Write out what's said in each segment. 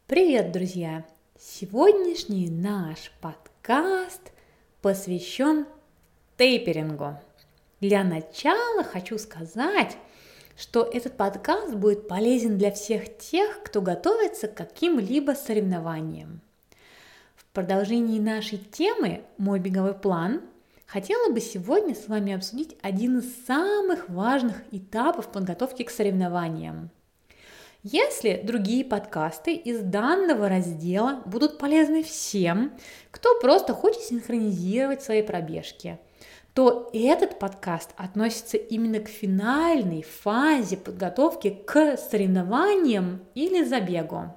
Привет, друзья! Сегодняшний наш подкаст посвящен тейперингу. Для начала хочу сказать, что этот подкаст будет полезен для всех тех, кто готовится к каким-либо соревнованиям. В продолжении нашей темы «Мой беговой план» хотела бы сегодня с вами обсудить один из самых важных этапов подготовки к соревнованиям. Если другие подкасты из данного раздела будут полезны всем, кто просто хочет синхронизировать свои пробежки, то этот подкаст относится именно к финальной фазе подготовки к соревнованиям или забегу.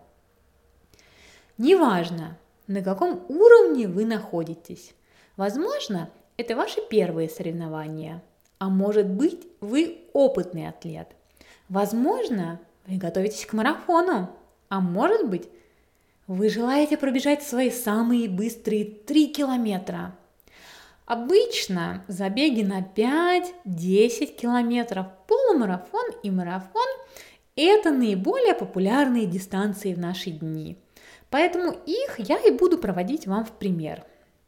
Неважно, на каком уровне вы находитесь. Возможно, это ваши первые соревнования, а может быть, вы опытный атлет. Возможно, вы готовитесь к марафону, а может быть, вы желаете пробежать свои самые быстрые 3 километра. Обычно забеги на 5-10 километров, полумарафон и марафон – это наиболее популярные дистанции в наши дни. Поэтому их я и буду проводить вам в пример.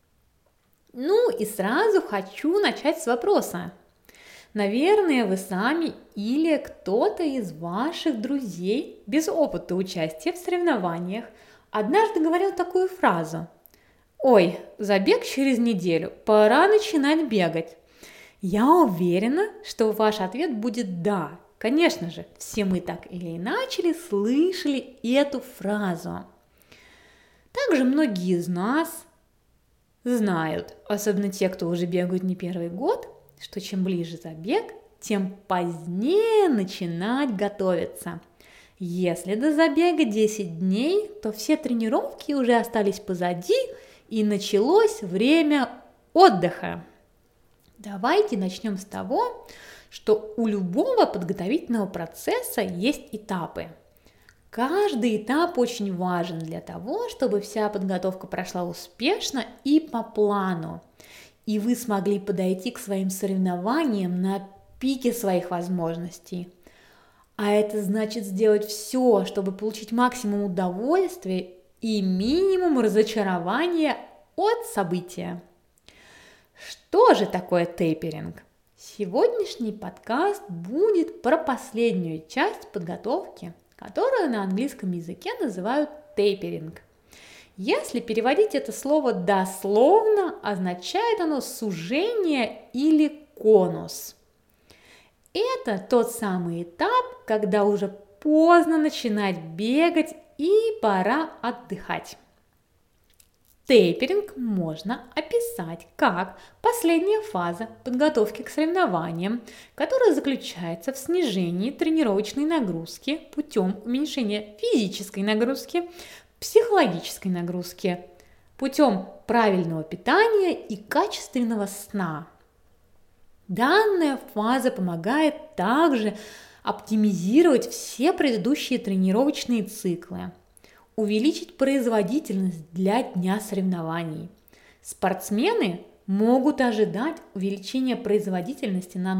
Ну и сразу хочу начать с вопроса. Наверное, вы сами или кто-то из ваших друзей без опыта участия в соревнованиях однажды говорил такую фразу: «Ой, забег через неделю, пора начинать бегать». Я уверена, что ваш ответ будет «да». Конечно же, все мы так или иначе слышали эту фразу. Также многие из нас знают, особенно те, кто уже бегают не первый год, что чем ближе забег, тем позднее начинать готовиться. Если до забега 10 дней, то все тренировки уже остались позади и началось время отдыха. Давайте начнем с того, что у любого подготовительного процесса есть этапы. Каждый этап очень важен для того, чтобы вся подготовка прошла успешно и по плану, и вы смогли подойти к своим соревнованиям на пике своих возможностей. А это значит сделать все, чтобы получить максимум удовольствия и минимум разочарования от события. Что же такое тейперинг? Сегодняшний подкаст будет про последнюю часть подготовки, которую на английском языке называют тейперинг. Если переводить это слово дословно, означает оно сужение или конус. Это тот самый этап, когда уже поздно начинать бегать и пора отдыхать. Тейперинг можно описать как последняя фаза подготовки к соревнованиям, которая заключается в снижении тренировочной нагрузки путем уменьшения физической нагрузки, психологической нагрузки, путем правильного питания и качественного сна. Данная фаза помогает также оптимизировать все предыдущие тренировочные циклы, увеличить производительность для дня соревнований. Спортсмены могут ожидать увеличения производительности на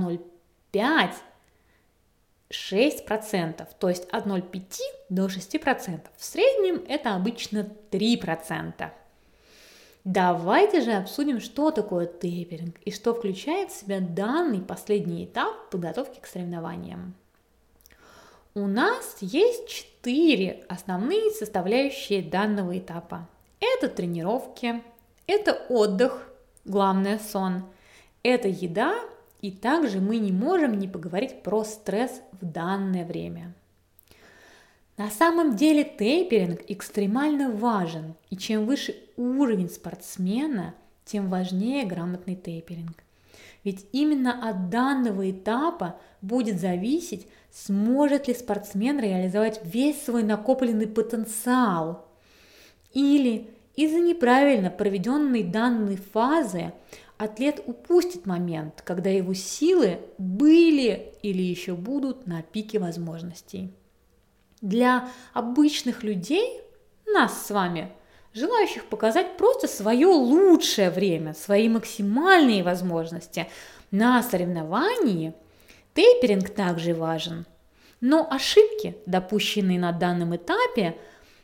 0,5-6%, то есть от 0,5 до 6%. В среднем это обычно 3%. Давайте же обсудим, что такое тейперинг и что включает в себя данный последний этап подготовки к соревнованиям. У нас есть 4 основные составляющие данного этапа. Это тренировки, это отдых, главное сон, это еда, и также мы не можем не поговорить про стресс в данное время. На самом деле тейперинг экстремально важен, и чем выше уровень спортсмена, тем важнее грамотный тейперинг. Ведь именно от данного этапа будет зависеть, сможет ли спортсмен реализовать весь свой накопленный потенциал. Или из-за неправильно проведенной данной фазы атлет упустит момент, когда его силы были или еще будут на пике возможностей. Для обычных людей, нас с вами, желающих показать просто свое лучшее время, свои максимальные возможности на соревновании, тейперинг также важен. Но ошибки, допущенные на данном этапе,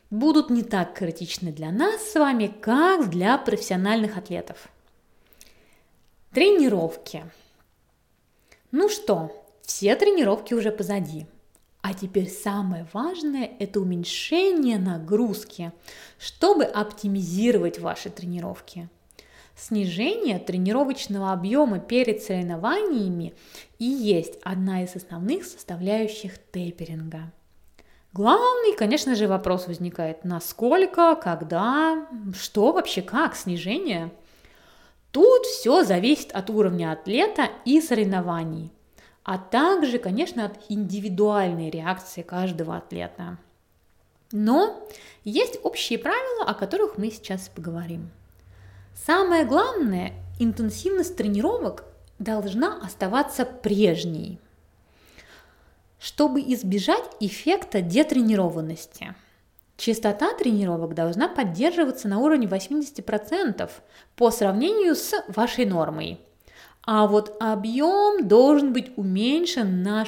будут не так критичны для нас с вами, как для профессиональных атлетов. Тренировки. Ну что, все тренировки уже позади. А теперь самое важное – это уменьшение нагрузки, чтобы оптимизировать ваши тренировки. Снижение тренировочного объема перед соревнованиями и есть одна из основных составляющих тейперинга. Главный, конечно же, вопрос возникает: насколько, когда, что вообще, как снижение? Тут все зависит от уровня атлета и соревнований, а также, конечно, от индивидуальной реакции каждого атлета. Но есть общие правила, о которых мы сейчас поговорим. Самое главное, интенсивность тренировок должна оставаться прежней, чтобы избежать эффекта детренированности. Частота тренировок должна поддерживаться на уровне 80% по сравнению с вашей нормой. А вот объем должен быть уменьшен на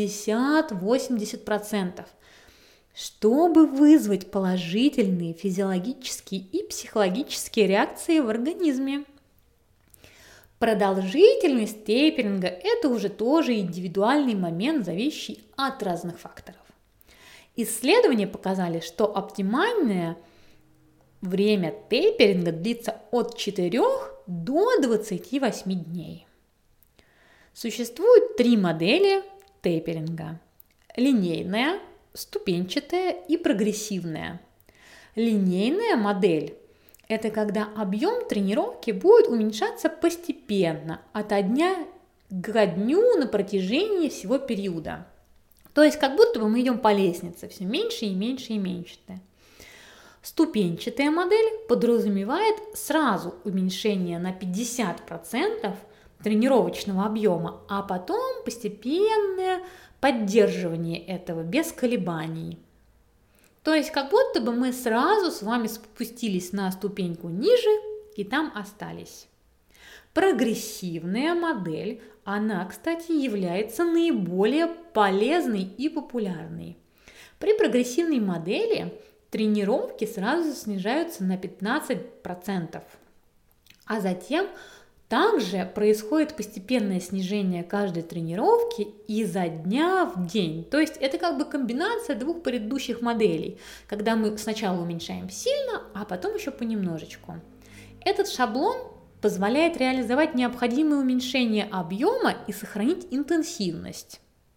60-80%, чтобы вызвать положительные физиологические и психологические реакции в организме. Продолжительность тейперинга – это уже тоже индивидуальный момент, зависящий от разных факторов. Исследования показали, что оптимальное время тейперинга длится от 4 до 28 дней. Существует 3 модели тейперинга: линейная, ступенчатая и прогрессивная. Линейная модель – это когда объем тренировки будет уменьшаться постепенно, ото дня к дню на протяжении всего периода. То есть как будто бы мы идем по лестнице, все меньше и меньше и меньше. Ступенчатая модель подразумевает сразу уменьшение на 50% тренировочного объема, а потом постепенное поддерживание этого без колебаний. То есть как будто бы мы сразу с вами спустились на ступеньку ниже и там остались. Прогрессивная модель, она, кстати, является наиболее полезной и популярной. При прогрессивной модели тренировки сразу снижаются на 15%, а затем также происходит постепенное снижение каждой тренировки изо дня в день. То есть это как бы комбинация двух предыдущих моделей, когда мы сначала уменьшаем сильно, а потом еще понемножечку. Этот шаблон позволяет реализовать необходимое уменьшение объема и сохранить интенсивность.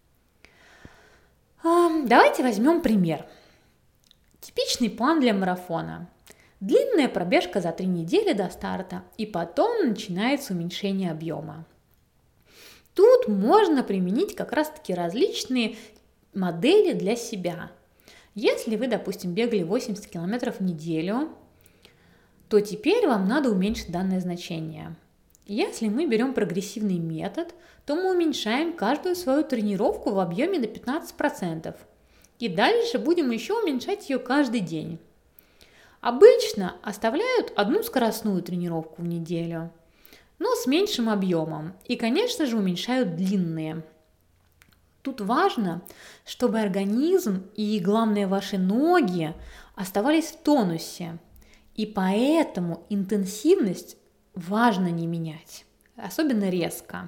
Давайте возьмем пример. Типичный план для марафона. Длинная пробежка за 3 недели до старта, и потом начинается уменьшение объема. Тут можно применить как раз-таки различные модели для себя. Если вы, допустим, бегали 80 км в неделю, то теперь вам надо уменьшить данное значение. Если мы берем прогрессивный метод, то мы уменьшаем каждую свою тренировку в объеме на 15%. И дальше будем еще уменьшать ее каждый день. Обычно оставляют одну скоростную тренировку в неделю, но с меньшим объемом. И, конечно же, уменьшают длинные. Тут важно, чтобы организм и, главное, ваши ноги оставались в тонусе. И поэтому интенсивность важно не менять, особенно резко.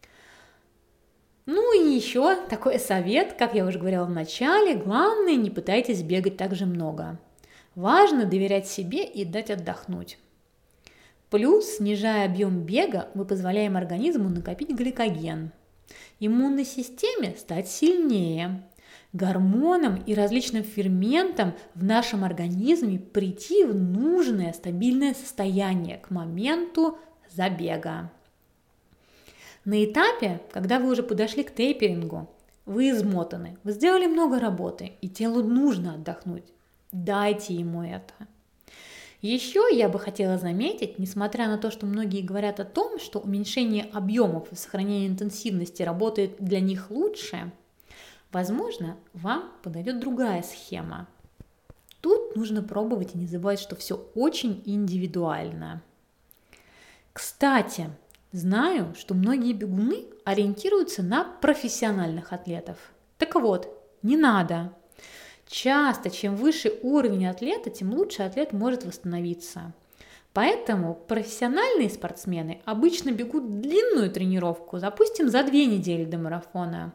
Ну и еще такой совет, как я уже говорила в начале, главное, не пытайтесь бегать так же много. Важно доверять себе и дать отдохнуть. Плюс, снижая объем бега, мы позволяем организму накопить гликоген, иммунной системе стать сильнее, гормонам и различным ферментам в нашем организме прийти в нужное стабильное состояние к моменту забега. На этапе, когда вы уже подошли к тейперингу, вы измотаны, вы сделали много работы, и телу нужно отдохнуть. Дайте ему это. Еще я бы хотела заметить, несмотря на то, что многие говорят о том, что уменьшение объемов и сохранение интенсивности работает для них лучше, возможно, вам подойдет другая схема. Тут нужно пробовать и не забывать, что все очень индивидуально. Кстати, знаю, что многие бегуны ориентируются на профессиональных атлетов. Так вот, не надо. Часто, чем выше уровень атлета, тем лучше атлет может восстановиться. Поэтому профессиональные спортсмены обычно бегут длинную тренировку, допустим, за 2 недели до марафона.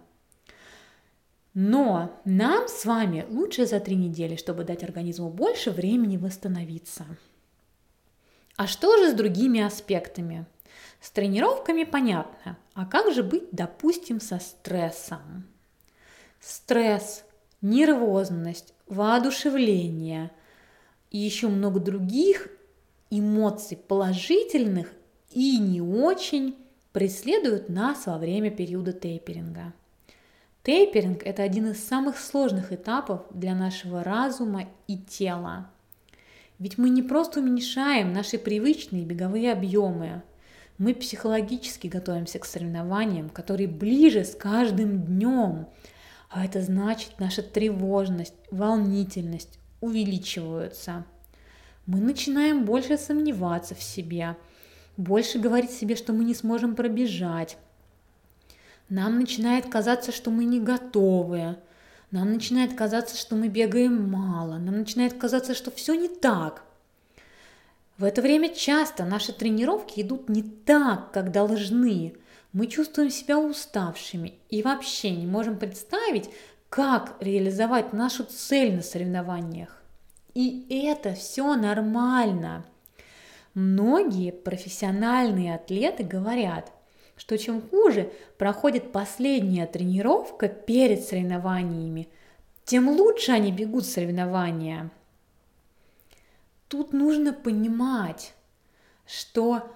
Но нам с вами лучше за 3 недели, чтобы дать организму больше времени восстановиться. А что же с другими аспектами? С тренировками понятно, а как же быть, допустим, со стрессом? Стресс, нервозность, воодушевление и еще много других эмоций, положительных и не очень, преследуют нас во время периода тейперинга. Тейперинг – это один из самых сложных этапов для нашего разума и тела. Ведь мы не просто уменьшаем наши привычные беговые объемы, мы психологически готовимся к соревнованиям, которые ближе с каждым днем. А это значит, наша тревожность, волнительность увеличиваются. Мы начинаем больше сомневаться в себе, больше говорить себе, что мы не сможем пробежать. Нам начинает казаться, что мы не готовы. Нам начинает казаться, что мы бегаем мало. Нам начинает казаться, что все не так. В это время часто наши тренировки идут не так, как должны. Мы чувствуем себя уставшими и вообще не можем представить, как реализовать нашу цель на соревнованиях. И это все нормально. Многие профессиональные атлеты говорят, что чем хуже проходит последняя тренировка перед соревнованиями, тем лучше они бегут соревнования. Тут нужно понимать, что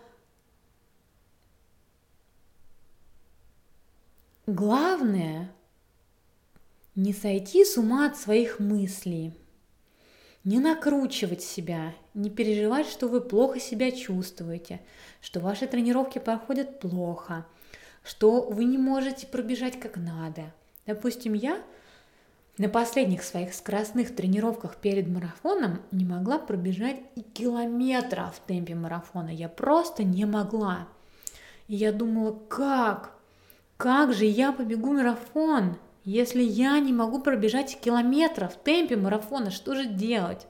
главное не сойти с ума от своих мыслей, не накручивать себя, не переживать, что вы плохо себя чувствуете, что ваши тренировки проходят плохо, что вы не можете пробежать как надо. Допустим, я на последних своих скоростных тренировках перед марафоном не могла пробежать и километра в темпе марафона. Я просто не могла. И я думала, как же я побегу марафон, если я не могу пробежать километра в темпе марафона, что же делать?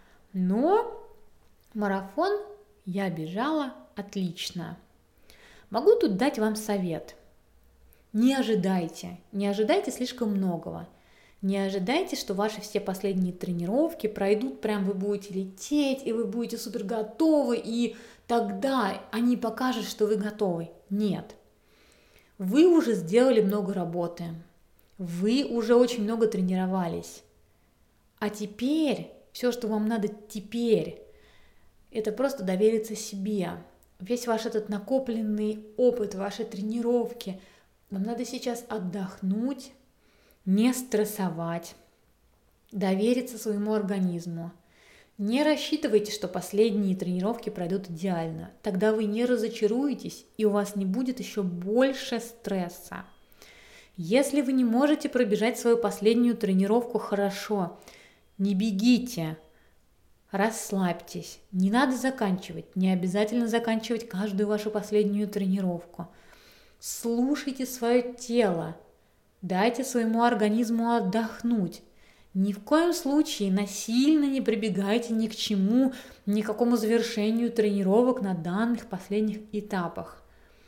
Но марафон я бежала отлично. Могу тут дать вам совет. Не ожидайте слишком многого. Не ожидайте, что ваши все последние тренировки пройдут, прям вы будете лететь, и вы будете супер готовы, и тогда они покажут, что вы готовы. Нет. Вы уже сделали много работы. Вы уже очень много тренировались. А теперь, все, что вам надо теперь, это просто довериться себе. Весь ваш этот накопленный опыт, ваши тренировки, вам надо сейчас отдохнуть, не стрессовать, довериться своему организму. Не рассчитывайте, что последние тренировки пройдут идеально. Тогда вы не разочаруетесь, и у вас не будет еще больше стресса. Если вы не можете пробежать свою последнюю тренировку хорошо, не бегите, расслабьтесь. Не надо заканчивать, не обязательно заканчивать каждую вашу последнюю тренировку. Слушайте свое тело, дайте своему организму отдохнуть. Ни в коем случае насильно не прибегайте ни к чему, ни к какому завершению тренировок на данных последних этапах.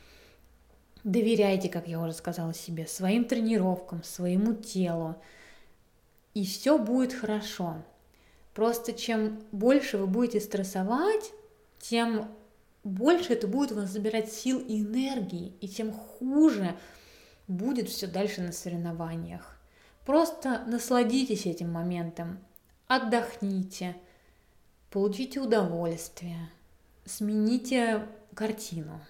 Доверяйте, как я уже сказала себе, своим тренировкам, своему телу, и все будет хорошо. Просто чем больше вы будете стрессовать, тем больше это будет у вас забирать сил и энергии, и тем хуже будет все дальше на соревнованиях. Просто насладитесь этим моментом, отдохните, получите удовольствие, смените картину.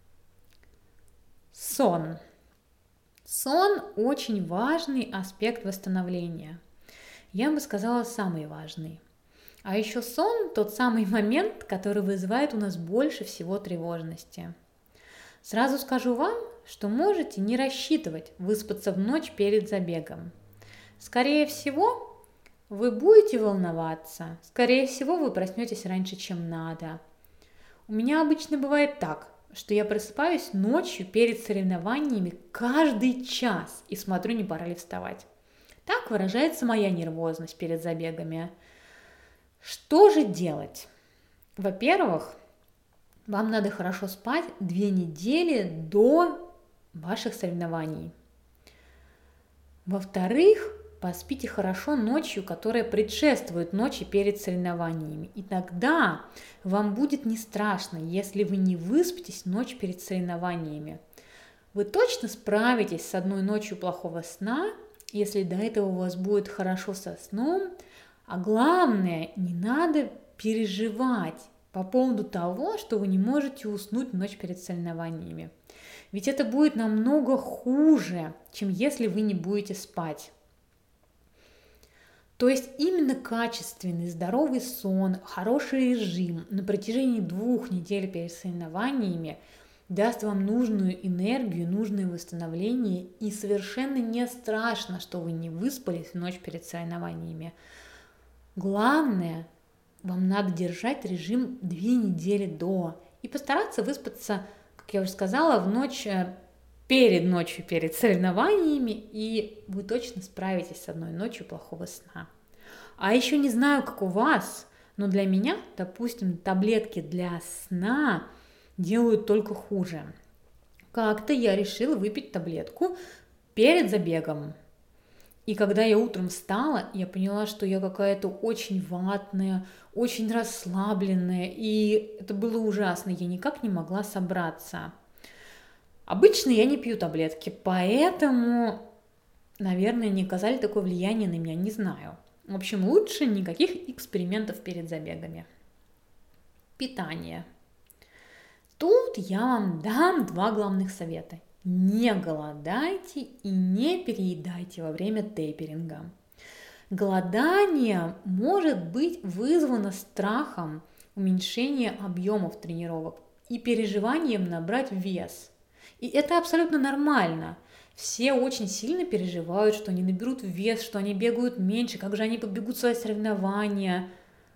Сон. Сон очень важный аспект восстановления. Я бы сказала, самый важный. А еще сон – тот самый момент, который вызывает у нас больше всего тревожности. Сразу скажу вам, что можете не рассчитывать выспаться в ночь перед забегом. Скорее всего, вы будете волноваться, скорее всего, вы проснетесь раньше, чем надо. У меня обычно бывает так, что я просыпаюсь ночью перед соревнованиями каждый час и смотрю, не пора ли вставать. Так выражается моя нервозность перед забегами. Что же делать? Во-первых, вам надо хорошо спать 2 недели до ваших соревнований. Во-вторых, поспите хорошо ночью, которая предшествует ночи перед соревнованиями. И тогда вам будет не страшно, если вы не выспитесь ночь перед соревнованиями. Вы точно справитесь с одной ночью плохого сна, если до этого у вас будет хорошо со сном. А главное, не надо переживать по поводу того, что вы не можете уснуть ночь перед соревнованиями. Ведь это будет намного хуже, чем если вы не будете спать. То есть именно качественный, здоровый сон, хороший режим на протяжении 2 недель перед соревнованиями даст вам нужную энергию, нужное восстановление, и совершенно не страшно, что вы не выспались в ночь перед соревнованиями. Главное, вам надо держать режим 2 недели до и постараться выспаться, как я уже сказала, в ночь перед ночью перед соревнованиями, и вы точно справитесь с одной ночью плохого сна. А еще не знаю, как у вас, но для меня, допустим, таблетки для сна делают только хуже. Как-то я решила выпить таблетку перед забегом. И когда я утром встала, я поняла, что я какая-то очень ватная, очень расслабленная, и это было ужасно, я никак не могла собраться. Обычно я не пью таблетки, поэтому, наверное, не оказали такое влияние на меня, не знаю. В общем, лучше никаких экспериментов перед забегами. Питание. Тут я вам дам 2 главных совета. Не голодайте и не переедайте во время тейперинга. Голодание может быть вызвано страхом уменьшения объемов тренировок и переживанием набрать вес. И это абсолютно нормально. Все очень сильно переживают, что они наберут вес, что они бегают меньше, как же они побегут свои соревнования.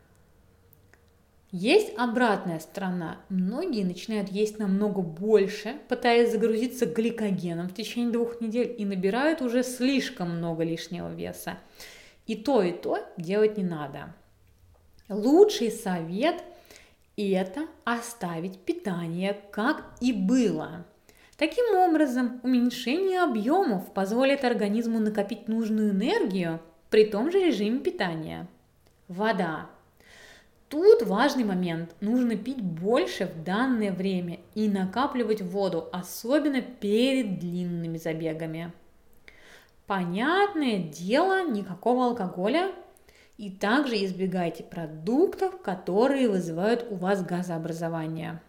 Есть обратная сторона. Многие начинают есть намного больше, пытаясь загрузиться гликогеном в течение 2 недель и набирают уже слишком много лишнего веса. И то делать не надо. Лучший совет – это оставить питание, как и было. Таким образом, уменьшение объемов позволит организму накопить нужную энергию при том же режиме питания. Вода. Тут важный момент. Нужно пить больше в данное время и накапливать воду, особенно перед длинными забегами. Понятное дело, никакого алкоголя. И также избегайте продуктов, которые вызывают у вас газообразование.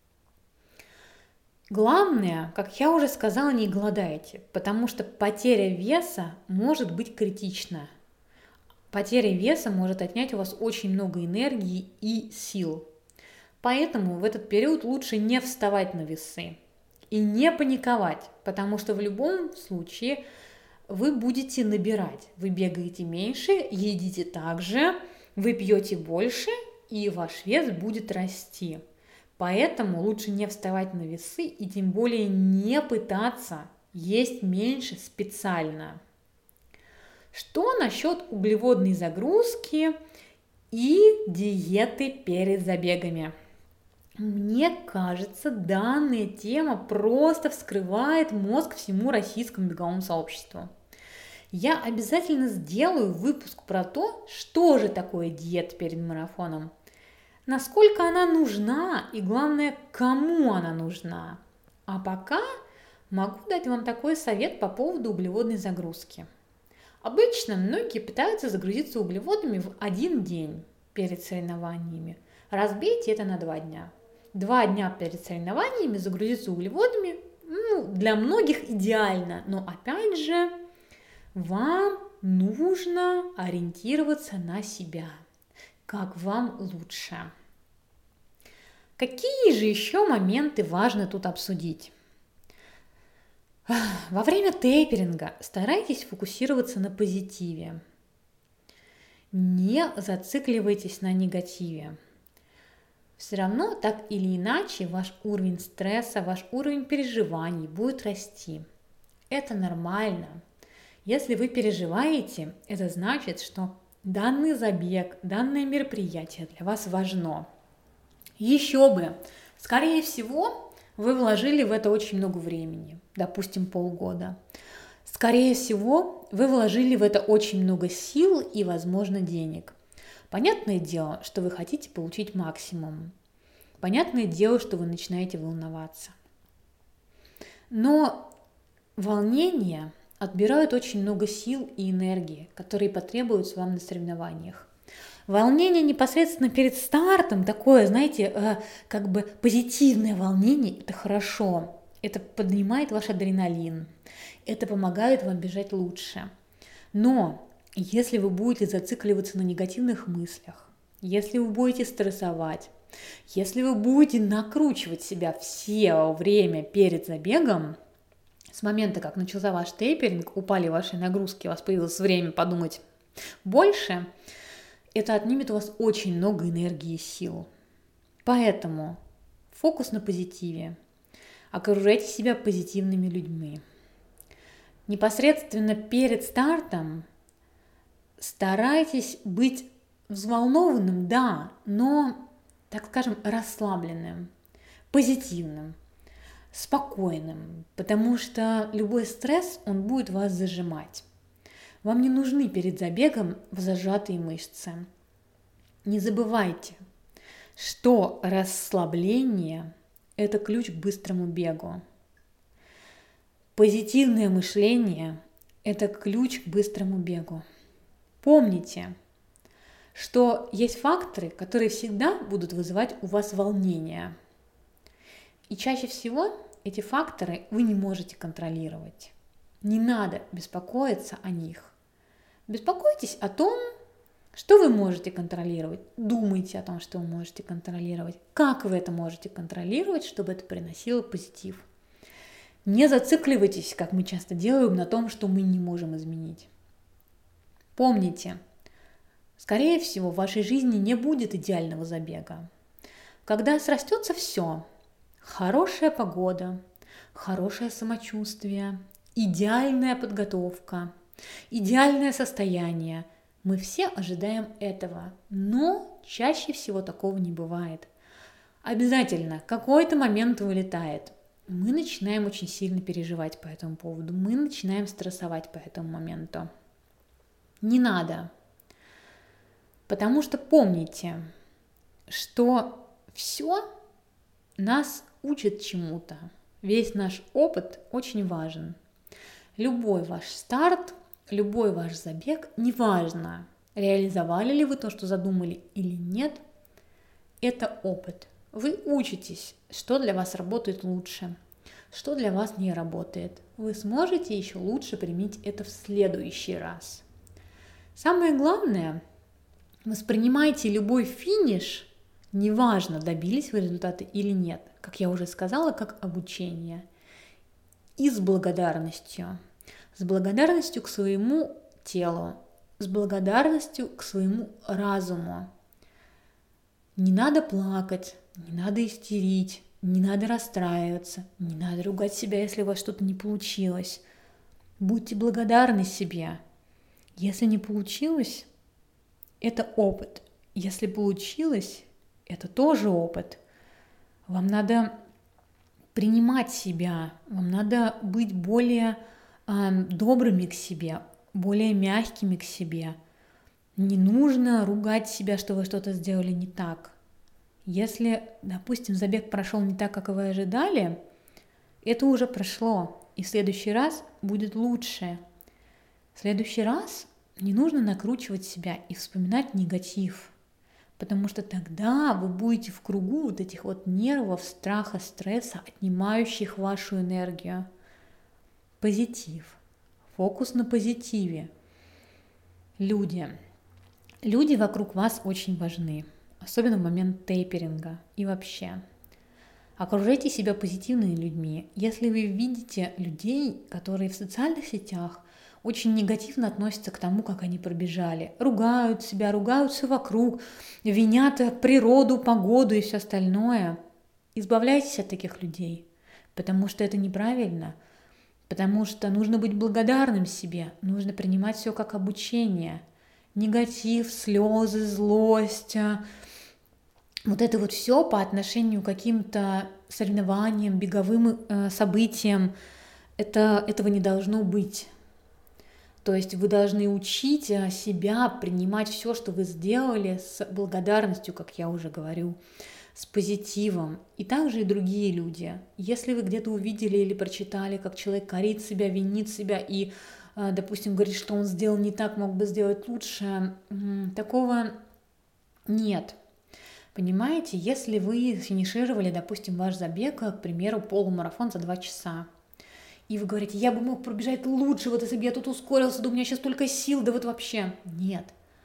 Главное, как я уже сказала, не голодайте, потому что потеря веса может быть критична. Потеря веса может отнять у вас очень много энергии и сил. Поэтому в этот период лучше не вставать на весы и не паниковать, потому что в любом случае вы будете набирать. Вы бегаете меньше, едите так же, вы пьете больше, и ваш вес будет расти. Поэтому лучше не вставать на весы и тем более не пытаться есть меньше специально. Что насчет углеводной загрузки и диеты перед забегами? Мне кажется, данная тема просто вскрывает мозг всему российскому беговому сообществу. Я обязательно сделаю выпуск про то, что же такое диета перед марафоном, насколько она нужна и, главное, кому она нужна. А пока могу дать вам такой совет по поводу углеводной загрузки. Обычно многие пытаются загрузиться углеводами в 1 день перед соревнованиями. Разбейте это на 2 дня. 2 дня перед соревнованиями загрузиться углеводами для многих идеально, но опять же вам нужно ориентироваться на себя, как вам лучше. Какие же еще моменты важно тут обсудить? Во время тейперинга старайтесь фокусироваться на позитиве. Не зацикливайтесь на негативе. Все равно, так или иначе, ваш уровень стресса, ваш уровень переживаний будет расти. Это нормально. Если вы переживаете, это значит, что данный забег, данное мероприятие для вас важно. Еще бы, скорее всего, вы вложили в это очень много времени, допустим, полгода. Скорее всего, вы вложили в это очень много сил и, возможно, денег. Понятное дело, что вы хотите получить максимум. Понятное дело, что вы начинаете волноваться. Но волнения отбирают очень много сил и энергии, которые потребуются вам на соревнованиях. Волнение непосредственно перед стартом, такое, знаете, как бы позитивное волнение, это хорошо. Это поднимает ваш адреналин, это помогает вам бежать лучше. Но если вы будете зацикливаться на негативных мыслях, если вы будете стрессовать, если вы будете накручивать себя все время перед забегом, с момента, как начался ваш тейперинг, упали ваши нагрузки, у вас появилось время подумать больше, это отнимет у вас очень много энергии и сил. Поэтому фокус на позитиве. Окружайте себя позитивными людьми. Непосредственно перед стартом старайтесь быть взволнованным, да, но, так скажем, расслабленным, позитивным, спокойным, потому что любой стресс, он будет вас зажимать. Вам не нужны перед забегом зажатые мышцы. Не забывайте, что расслабление – это ключ к быстрому бегу. Позитивное мышление – это ключ к быстрому бегу. Помните, что есть факторы, которые всегда будут вызывать у вас волнение. И чаще всего эти факторы вы не можете контролировать. Не надо беспокоиться о них. Беспокойтесь о том, что вы можете контролировать. Думайте о том, что вы можете контролировать. Как вы это можете контролировать, чтобы это приносило позитив. Не зацикливайтесь, как мы часто делаем, на том, что мы не можем изменить. Помните, скорее всего, в вашей жизни не будет идеального забега. Когда срастется все, хорошая погода, хорошее самочувствие, идеальная подготовка, идеальное состояние, мы все ожидаем этого, но чаще всего такого не бывает. Обязательно какой-то момент вылетает. Мы начинаем очень сильно переживать по этому поводу, мы начинаем стрессовать по этому моменту. Не надо, потому что помните, что все нас учит чему-то. Весь наш опыт очень важен. Любой ваш старт, любой ваш забег, неважно, реализовали ли вы то, что задумали или нет, это опыт. Вы учитесь, что для вас работает лучше, что для вас не работает. Вы сможете еще лучше применить это в следующий раз. Самое главное, воспринимайте любой финиш, неважно, добились вы результата или нет, как я уже сказала, как обучение. И с благодарностью к своему телу, с благодарностью к своему разуму. Не надо плакать, не надо истерить, не надо расстраиваться, не надо ругать себя, если у вас что-то не получилось. Будьте благодарны себе. Если не получилось, это опыт. Если получилось, это тоже опыт. Вам надо принимать себя, вам надо быть более добрыми к себе, более мягкими к себе. Не нужно ругать себя, что вы что-то сделали не так. Если, допустим, забег прошел не так, как вы ожидали, это уже прошло, и в следующий раз будет лучше. В следующий раз не нужно накручивать себя и вспоминать негатив, потому что тогда вы будете в кругу вот этих вот нервов, страха, стресса, отнимающих вашу энергию. Позитив. Фокус на позитиве. Люди вокруг вас очень важны, особенно в момент тейперинга и вообще. Окружайте себя позитивными людьми. Если вы видите людей, которые в социальных сетях очень негативно относятся к тому, как они пробежали, ругают себя, ругают все вокруг, винят природу, погоду и все остальное, избавляйтесь от таких людей, потому что это неправильно. Потому что нужно быть благодарным себе, нужно принимать все как обучение. Негатив, слезы, злость, вот это вот все по отношению к каким-то соревнованиям, беговым событиям, этого не должно быть. То есть вы должны учить себя принимать все, что вы сделали, с благодарностью, как я уже говорю, с позитивом. И также и другие люди. Если вы где-то увидели или прочитали, как человек корит себя, винит себя и, допустим, говорит, что он сделал не так, мог бы сделать лучше, такого нет. Понимаете, если вы финишировали, допустим, ваш забег, к примеру, полумарафон за 2 часа, и вы говорите, я бы мог пробежать лучше, вот если бы я тут ускорился, да у меня сейчас столько сил, да вот вообще. Нет.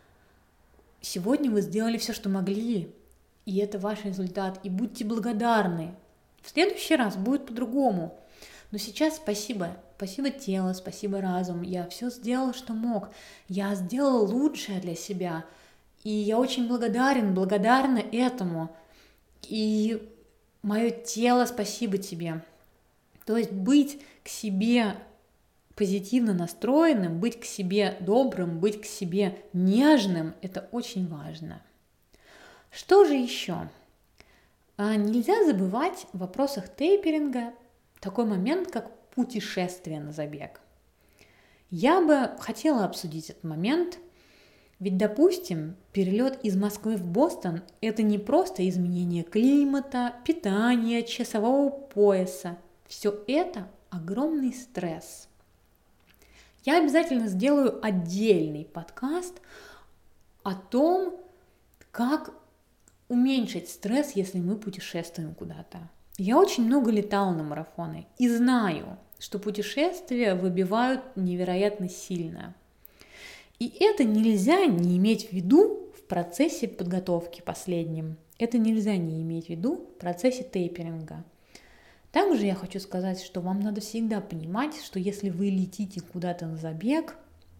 Сегодня вы сделали все, что могли, и это ваш результат, и будьте благодарны. В следующий раз будет по-другому. Но сейчас спасибо. Спасибо тело, спасибо разум. Я все сделала, что мог. Я сделала лучшее для себя. И я очень благодарна этому. И мое тело, спасибо тебе. То есть быть к себе позитивно настроенным, быть к себе добрым, быть к себе нежным – это очень важно. Что же еще? Нельзя забывать в вопросах тейперинга такой момент, как путешествие на забег. Я бы хотела обсудить этот момент, ведь, допустим, перелет из Москвы в Бостон – это не просто изменение климата, питания, часового пояса. Все это огромный стресс. Я обязательно сделаю отдельный подкаст о том, как уменьшить стресс, если мы путешествуем куда-то. Я очень много летала на марафоны и знаю, что путешествия выбивают невероятно сильно. И это нельзя не иметь в виду в процессе подготовки последним. Это нельзя не иметь в виду в процессе тейперинга. Также я хочу сказать, что вам надо всегда понимать, что если вы летите куда-то на забег,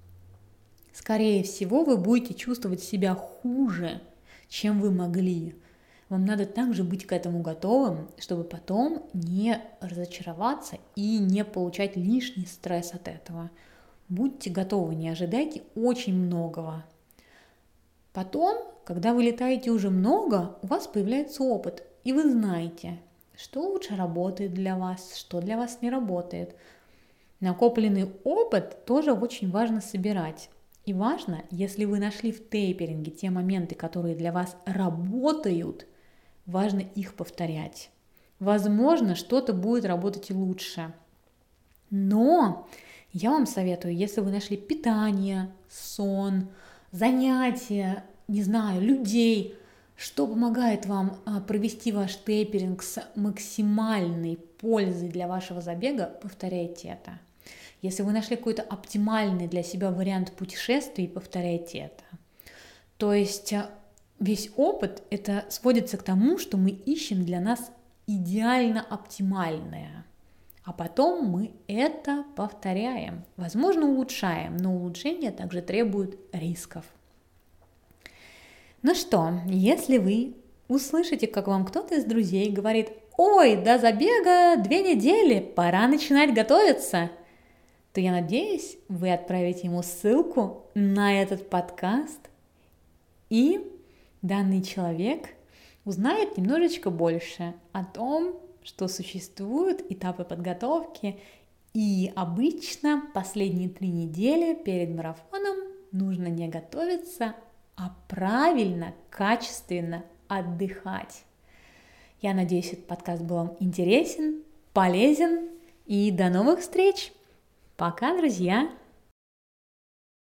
скорее всего, вы будете чувствовать себя хуже, чем вы могли. Вам надо также быть к этому готовым, чтобы потом не разочароваться и не получать лишний стресс от этого. Будьте готовы, не ожидайте очень многого. Потом, когда вы летаете уже много, у вас появляется опыт, и вы знаете, что лучше работает для вас, что для вас не работает. Накопленный опыт тоже очень важно собирать. И важно, если вы нашли в тейперинге те моменты, которые для вас работают, важно их повторять. Возможно, что-то будет работать и лучше. Но я вам советую, если вы нашли питание, сон, занятия, не знаю, людей, что помогает вам провести ваш тейперинг с максимальной пользой для вашего забега, повторяйте это. Если вы нашли какой-то оптимальный для себя вариант путешествий, повторяйте это. То есть весь опыт это сводится к тому, что мы ищем для нас идеально оптимальное. А потом мы это повторяем. Возможно, улучшаем, но улучшение также требует рисков. Ну что, если вы услышите, как вам кто-то из друзей говорит: «Ой, до забега 2 недели, пора начинать готовиться», то я надеюсь, вы отправите ему ссылку на этот подкаст, и данный человек узнает немножечко больше о том, что существуют этапы подготовки, и обычно последние 3 недели перед марафоном нужно не готовиться, а правильно, качественно отдыхать. Я надеюсь, этот подкаст был вам интересен, полезен, и до новых встреч! Пока, друзья!